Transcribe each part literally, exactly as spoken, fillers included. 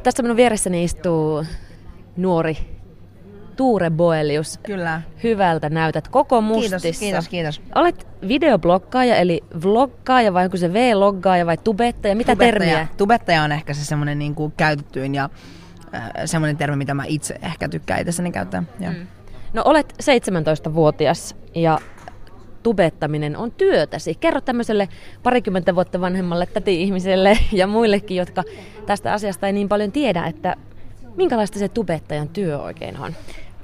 Tässä minun vieressäni istuu nuori Tuure Boelius. Kyllä. Hyvältä näytät koko mustissa. Kiitos, kiitos, kiitos. Olet videobloggaaja, eli vloggaaja vai onko se V-loggaaja vai tubettaja? Mitä tubettaja. termiä? Tubettaja on ehkä se semmoinen niin kuin käytettyin ja äh, semmoinen termi, mitä mä itse ehkä tykkään itsessäni käyttää. Mm. No olet seitsemäntoistavuotias ja tubettaminen on työtäsi. Kerro tämmöiselle parikymmentä vuotta vanhemmalle täti-ihmiselle ja muillekin, jotka tästä asiasta ei niin paljon tiedä, että minkälaista se tubettajan työ oikein on?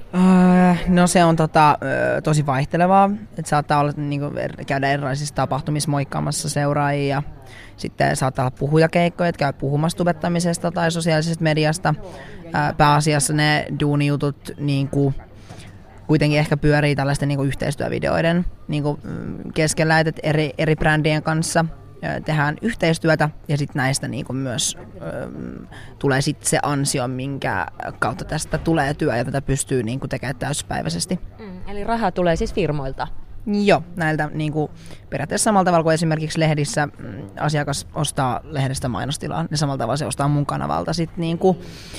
No se on tota, tosi vaihtelevaa. Et saattaa olla, niinku, käydä erilaisissa tapahtumissa moikkaamassa seuraajia. Ja sitten saattaa olla puhujakeikkoja, että käy puhumassa tubettamisesta tai sosiaalisesta mediasta. Pääasiassa ne duunijutut niinku, kuitenkin ehkä pyörii tällaisten niinku, yhteistyövideoiden niinku, keskellä, että eri, eri brändien kanssa tehdään yhteistyötä ja sitten näistä niinku myös ö, tulee sitten se ansio, minkä kautta tästä tulee työ ja tätä pystyy niinku tekemään täyspäiväisesti. Mm, eli rahaa tulee siis firmoilta? Joo, näiltä niinku, periaatteessa samalla tavalla kuin esimerkiksi lehdissä mm, asiakas ostaa lehdestä mainostilaa, niin samalla tavalla se ostaa mun kanavalta sit niinku,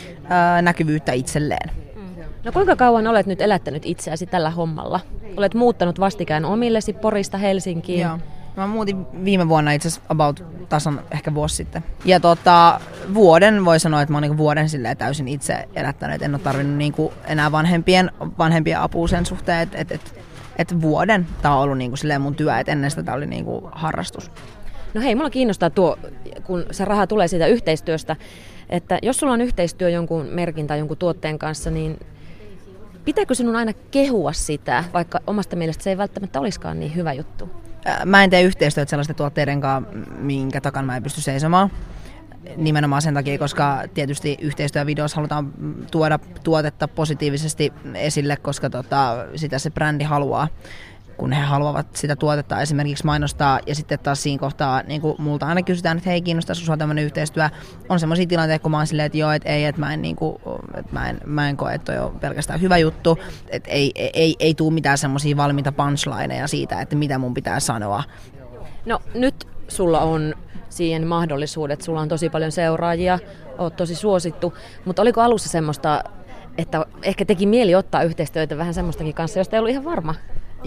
ö, näkyvyyttä itselleen. No kuinka kauan olet nyt elättänyt itseäsi tällä hommalla? Olet muuttanut vastikään omillesi Porista Helsinkiin. Joo. Mä muutin viime vuonna itse asiassa about tasan ehkä vuosi sitten. Ja tota, vuoden voi sanoa, että mä oon niinku vuoden silleen täysin itse elättänyt. En ole tarvinnut niinku enää vanhempien, vanhempien apua sen suhteen, että et, et, et vuoden tää on ollut niinku silleen mun työ, että ennen sitä tää oli niinku harrastus. No hei, mulla kiinnostaa tuo, kun se raha tulee siitä yhteistyöstä, että jos sulla on yhteistyö jonkun merkin tai jonkun tuotteen kanssa, niin pitääkö sinun aina kehua sitä, vaikka omasta mielestä se ei välttämättä olisikaan niin hyvä juttu? Mä en tee yhteistyötä sellaisten tuotteiden kanssa, minkä takana mä en pysty seisomaan. Nimenomaan sen takia, koska tietysti yhteistyövideossa halutaan tuoda tuotetta positiivisesti esille, koska tota, sitä se brändi haluaa, kun he haluavat sitä tuotetta esimerkiksi mainostaa. Ja sitten taas siinä kohtaa niin kuin multa aina kysytään, että hei, kiinnostaisi sinua tämmöinen yhteistyö. On semmoisia tilanteita, kun mä oon silleen, että joo, että ei, että mä en, niin kuin, että mä en, mä en koe, että toi on pelkästään hyvä juttu. Että ei, ei, ei, ei tule mitään semmoisia valmiita punchlineja siitä, että mitä mun pitää sanoa. No nyt sulla on siihen mahdollisuudet, sulla on tosi paljon seuraajia, oot tosi suosittu, mutta oliko alussa semmoista, että ehkä teki mieli ottaa yhteistyötä vähän semmoistakin kanssa, josta ei ollut ihan varma?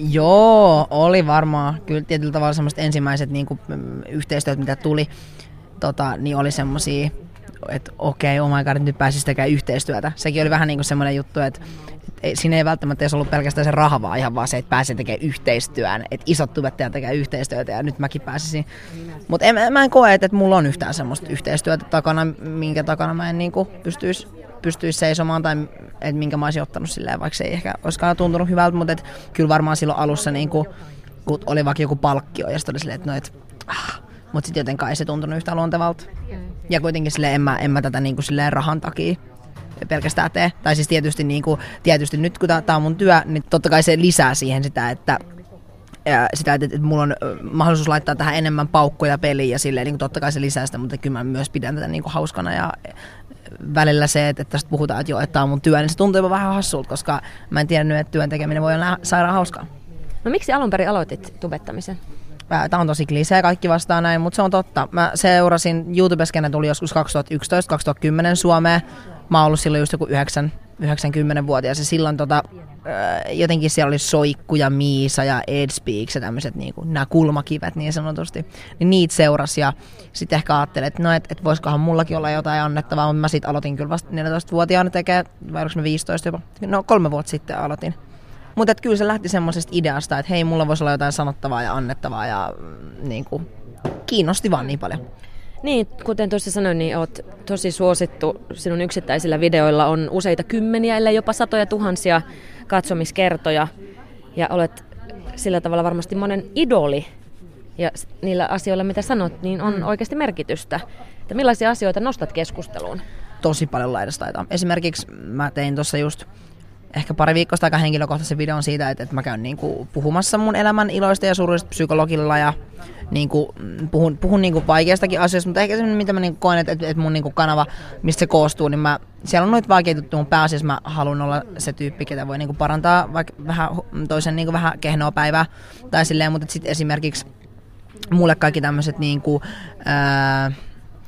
Joo, oli varmaan. Kyllä tietyllä tavalla semmoiset ensimmäiset niin kuin, yhteistyöt, mitä tuli, tota, niin oli semmosia, että okei, okay, oh my god, nyt pääsisi tekemään yhteistyötä. Sekin oli vähän niin kuin semmoinen juttu, että et siinä ei välttämättä edes ollut pelkästään se raha, vaan ihan vaan se, että pääsee tekemään yhteistyön. Että isot tubettajat tekee yhteistyötä ja nyt mäkin pääsisin. Mutta mä en koe, että mulla on yhtään semmoista yhteistyötä takana, minkä takana mä en niin kuin pystyisi pystyisi seisomaan tai että minkä mä olisin ottanut silleen, vaikka se ei ehkä olisikaan tuntunut hyvältä, mutta et, kyllä varmaan silloin alussa niin kun, kun oli vaikka joku palkkio ja sitten oli silleen, että no et, ah, mutta sitten jotenkaan ei se tuntunut yhtä luontevalta. Ja kuitenkin silleen en mä, en mä tätä niin kuin silleen rahan takia pelkästään tee. Tai siis tietysti, niin kuin, tietysti nyt kun tää on mun työ, niin totta kai se lisää siihen sitä, että ja sitä, että, että mulla on mahdollisuus laittaa tähän enemmän paukkoja peliin ja silleen, niin totta kai se lisää sitä, mutta kyllä mä myös pidän tätä niin kuin hauskana ja välillä se, että tästä puhutaan, että joo, että tämä on mun työ, niin se tuntuu jopa vähän hassulta, koska mä en tiennyt, että työn tekeminen voi olla sairaan hauskaa. No miksi alun perin aloitit tubettamisen? Tämä on tosi klisee, kaikki vastaa näin, mutta se on totta. Mä seurasin, YouTubeskenä tuli joskus kaksituhattayksitoista kaksituhattakymmenen Suomeen. Mä oon ollut silloin just joku yhdeksänkymmenvuotias ja silloin tota, jotenkin siellä oli Soikku ja Miisa ja Edspeaks ja tämmöiset niinku, nämä kulmakivet niin sanotusti. Niin niitä seurasi ja sitten ehkä ajattelin, että no, et, et voisikohan mullakin olla jotain annettavaa, mutta mä sitten aloitin kyllä vasta neljätoistavuotiaana tekemään, vai oliko mä viisitoista jopa, no kolme vuotta sitten aloitin. Mutta kyllä se lähti semmoisesta ideasta, että hei, mulla voisi olla jotain sanottavaa ja annettavaa ja mm, niin kuin, kiinnosti vaan niin paljon. Niin, kuten tuossa sanoin, niin olet tosi suosittu. Sinun yksittäisillä videoilla on useita kymmeniä, ellei jopa satoja tuhansia katsomiskertoja. Ja olet sillä tavalla varmasti monen idoli. Ja niillä asioilla, mitä sanot, niin on oikeasti merkitystä. Että millaisia asioita nostat keskusteluun? Tosi paljon laidasta. Esimerkiksi mä tein tuossa just ehkä pari viikkoa aika henkilökohtaisen videon siitä, että, että mä käyn niinku puhumassa mun elämän iloista ja suruista psykologilla ja niinku puhun, puhun niinku vaikeistakin asioista, mutta ehkä se, mitä mä niinku koen, että, että mun niinku kanava, mistä se koostuu, niin mä, siellä on noita vaikeita juttuja, mun pääasiassa mä haluan olla se tyyppi, ketä voi niinku parantaa vaikka vähän, toisen niinku vähän kehnoa päivää tai silleen, mutta sitten esimerkiksi mulle kaikki tämmöiset niinku, ää,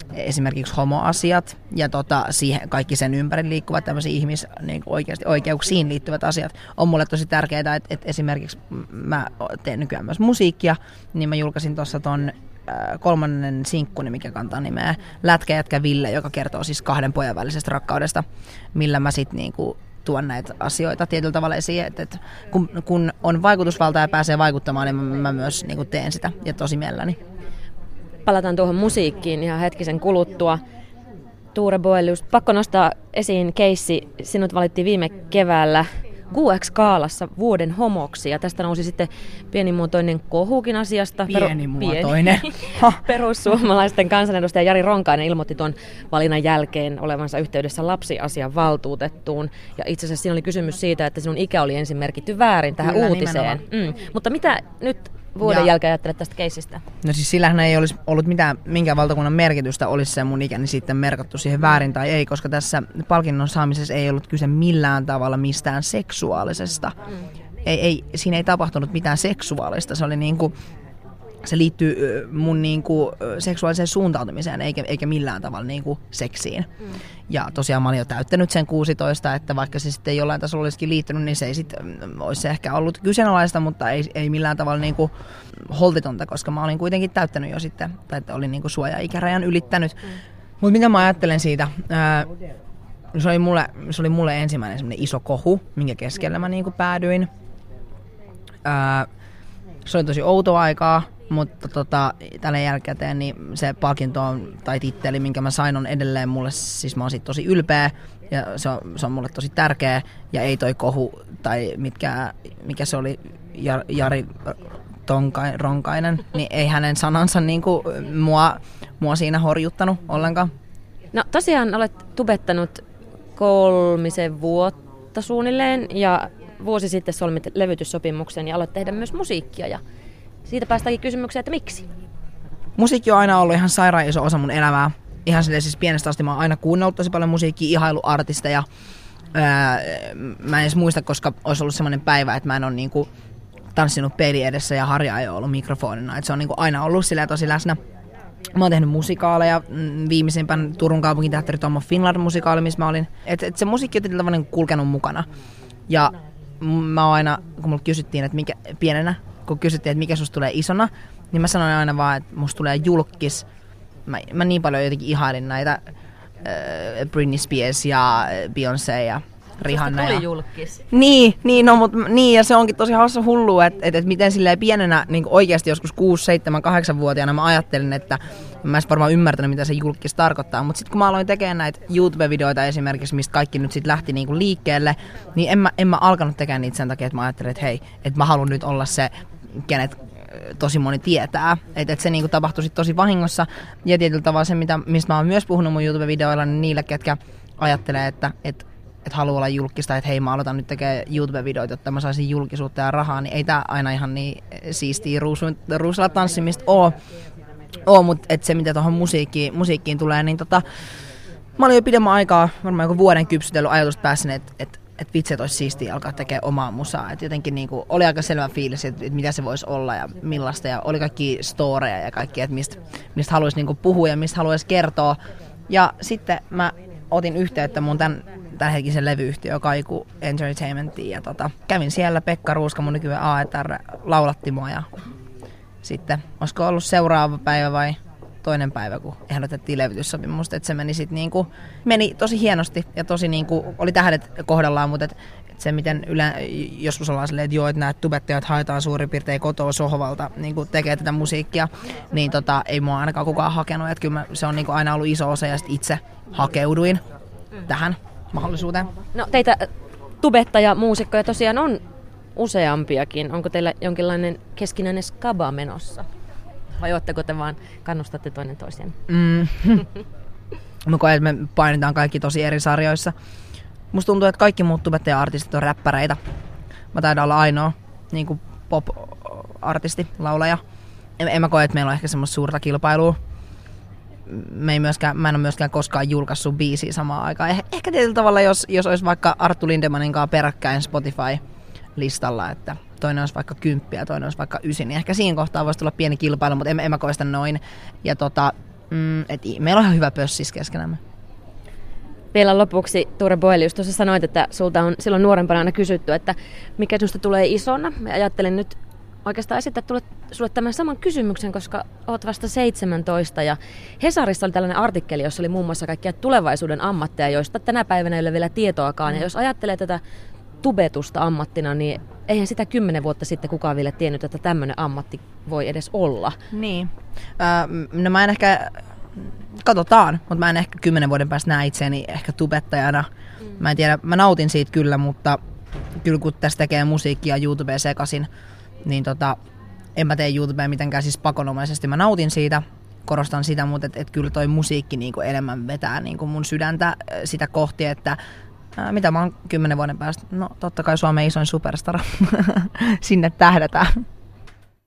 esimerkiksi homoasiat ja tota, siihen, kaikki sen ympäri liikkuvat tämmöisiä ihmis, niin oikeasti oikeuksiin liittyvät asiat on mulle tosi tärkeää, että, että esimerkiksi mä teen nykyään myös musiikkia, niin mä julkaisin tuossa ton kolmannen sinkkuni, mikä kantaa nimeä Lätkä jätkä Ville, joka kertoo siis kahden pojan välisestä rakkaudesta, millä mä sit niinku tuon näitä asioita tietyllä tavalla esiin, että, että kun, kun on vaikutusvaltaa ja pääsee vaikuttamaan, niin mä, mä myös niinku teen sitä ja tosi mielelläni. Palataan tuohon musiikkiin ihan hetkisen kuluttua. Tuure Boelius, pakko nostaa esiin keissi. Sinut valittiin viime keväällä Q X-skaalassa vuoden homoksi, ja tästä nousi sitten pienimuotoinen kohukin asiasta. Pienimuotoinen. Pieni. Perussuomalaisten kansanedustaja Jari Ronkainen ilmoitti tuon valinnan jälkeen olevansa yhteydessä lapsiasian valtuutettuun. Ja itse asiassa siinä oli kysymys siitä, että sinun ikä oli ensin merkitty väärin tähän Kyllä, uutiseen. Mm. Mutta mitä nyt vuoden ja jälkeen ajattelet tästä keisistä? No siis sillähän ei olisi ollut mitään, minkään valtakunnan merkitystä, olisi se mun ikäni sitten merkattu siihen väärin tai ei, koska tässä palkinnon saamisessa ei ollut kyse millään tavalla mistään seksuaalisesta. Mm. Ei, ei, siinä ei tapahtunut mitään seksuaalista, se oli niinku, se liittyy mun niinku seksuaaliseen suuntautumiseen eikä, eikä millään tavalla niinku seksiin. Mm. Ja tosiaan mä olin jo täyttänyt sen kuusitoista, että vaikka se sitten jollain tasolla olisikin liittynyt, niin se ei sitten olisi ehkä ollut kyseenalaista, mutta ei, ei millään tavalla niinku holtitonta, koska mä olin kuitenkin täyttänyt jo sitten, tai että olin niinku suoja-ikärajan ylittänyt. Mm. Mutta mitä mä ajattelen siitä? Ää, se, oli mulle, se oli mulle ensimmäinen semmoinen iso kohu, minkä keskellä mä niinku päädyin. Ää, se oli tosi outoa aikaa. Mutta tota, tällä jälkikäteen niin se palkinto on, tai titteli, minkä mä sain, on edelleen mulle, siis mä oon siitä tosi ylpeä ja se on, se on mulle tosi tärkeä ja ei toi kohu tai mitkä, mikä se oli, Jar, Jari Tonkai, Ronkainen, niin ei hänen sanansa niinku mua, mua siinä horjuttanut ollenkaan. No tosiaan olet tubettanut kolmisen vuotta suunnilleen ja vuosi sitten solmit levytyssopimuksen ja aloit tehdä myös musiikkia ja siitä päästäänkin kysymykseen, että miksi? Musiikki on aina ollut ihan sairaan iso osa mun elämää. Ihan silleen siis pienestä asti mä oon aina kuunnellut tosi paljon musiikkia, ihailu artisteja. Öö, mä en edes muista, koska olisi ollut semmoinen päivä, että mä en ole niinku tanssinut peilin edessä ja Harja ei ole ollut mikrofonina. Et se on niinku aina ollut silleen tosi läsnä. Mä oon tehnyt musikaaleja, viimeisimpän Turun kaupunginteatteri Tom of Finland-musikaali, missä mä olin. Et, et se musiikki on tietyllä tavalla kulkenut mukana. Ja mä oon aina, kun mulle kysyttiin, että mikä pienenä, kun kysyttiin, että mikä susta tulee isona, niin mä sanoin aina vaan, että musta tulee julkis. Mä, mä niin paljon jotenkin ihailin näitä äh, Britney Spears ja Beyoncé ja Rihanna. Susta tuli ja julkis. Niin, niin, no, mut, niin, ja se onkin tosi hauska hullua, että et, et miten silleen pienenä, niin oikeasti joskus kuusi, seitsemän, kahdeksan-vuotiaana mä ajattelin, että mä en varmaan ymmärtänyt, mitä se julkis tarkoittaa. Mutta sitten kun mä aloin tekemään näitä YouTube-videoita esimerkiksi, mistä kaikki nyt sitten lähti niinku liikkeelle, niin en mä, en mä alkanut tekemään niitä sen takia, että mä ajattelin, että hei, että mä haluan nyt olla se, kenet tosi moni tietää. Että et se niinku tapahtui sit tosi vahingossa. Ja tietyllä tavalla se, mitä, mistä mä oon myös puhunut mun YouTube-videoilla, niin niille, ketkä ajattelee, että et, et haluaa olla julkista, että hei, mä aloitan nyt tekemään YouTube-videoita, jotta mä saisin julkisuutta ja rahaa, niin ei tää aina ihan niin siistiä ruusulla tanssimista oo. oo mutta et se, mitä tuohon musiikkiin, musiikkiin tulee, niin tota, mä olin jo pidemmän aikaa, varmaan joku vuoden kypsytellyt ajatusta päässäni, että et, et vitsi, että olisi siistiä alkaa tekemään omaa musaa. Et jotenkin niinku, oli aika selvä fiilis, että et mitä se voisi olla ja millaista. Ja oli kaikki storeja ja kaikki, että mistä mist haluaisi niinku puhua ja mistä haluaisi kertoa. Ja sitten mä otin yhteyttä mun tämän tämänhetkisen levyyhtiö Kaiku Entertainmentiin. Ja tota, kävin siellä, Pekka Ruuska, mun nykyään A E T R, laulatti mua. Ja sitten, olisiko ollut seuraava päivä vai toinen päivä, kun ehdotettiin levytyssopimusta, että se meni sit niinku, meni tosi hienosti ja tosi niinku, oli tähdet kohdallaan, mutta et, et se miten ylä, joskus ollaan silleen, että joo, että nämä tubettajat haetaan suurin piirtein kotoa sohvalta, niinku tekee tätä musiikkia, niin tota, ei mua ainakaan kukaan hakenut, että kyllä mä, se on niinku aina ollut iso osa ja sit itse hakeuduin mm. tähän mahdollisuuteen. No teitä tubettaja muusikkoja tosiaan on useampiakin. Onko teillä jonkinlainen keskinäinen skaba menossa? Vai ootteko te vaan kannustatte toinen toisiaan? Mm. Mä koen, että me painitaan kaikki tosi eri sarjoissa. Musta tuntuu, että kaikki muut tubettaja-artistit on räppäreitä. Mä taidan olla ainoa niin kuin pop-artisti, laulaja. En, en mä koe, että meillä on ehkä semmoista suurta kilpailua. Me ei myöskään, mä en ole myöskään koskaan julkaissut biisiä samaan aikaan. Eh, ehkä tietyllä tavalla, jos, jos olisi vaikka Arttu Lindemanin kanssa peräkkäin Spotify-listalla, että toinen olisi vaikka kymppi ja toinen olisi vaikka ysi, niin ehkä siinä kohtaa voisi tulla pieni kilpailu, mutta en, en mä koe sitä noin. Ja tota, mm, et meillä on ihan hyvä pössis keskenämme. Vielä lopuksi, Tuure Boelius, tuossa sanoit, että sulta on silloin nuorempana aina kysytty, että mikä sinusta tulee isona. Ja ajattelin nyt oikeastaan esittää sinulle tämän saman kysymyksen, koska olet vasta seitsemäntoista. Ja Hesarissa oli tällainen artikkeli, jossa oli muun muassa kaikkia tulevaisuuden ammatteja, joista tänä päivänä ei ole vielä tietoakaan. Ja jos ajattelee tätä tubetusta ammattina, niin eihän sitä kymmenen vuotta sitten kukaan vielä tiennyt, että tämmöinen ammatti voi edes olla. Niin. Äh, no mä en ehkä... Katsotaan, mutta mä en ehkä kymmenen vuoden päästä näe itseäni ehkä tubettajana. Mm. Mä en tiedä, mä nautin siitä kyllä, mutta kyllä kun tässä tekee musiikkia YouTubeen sekaisin, niin tota, en mä tee YouTubea mitenkään siis pakonomaisesti. Mä nautin siitä, korostan sitä, mutta et, et kyllä toi musiikki niinku enemmän vetää niinku mun sydäntä sitä kohti, että ää, mitä mä oon kymmenen vuoden päästä. No totta kai Suomen isoin superstar. Sinne tähdätään.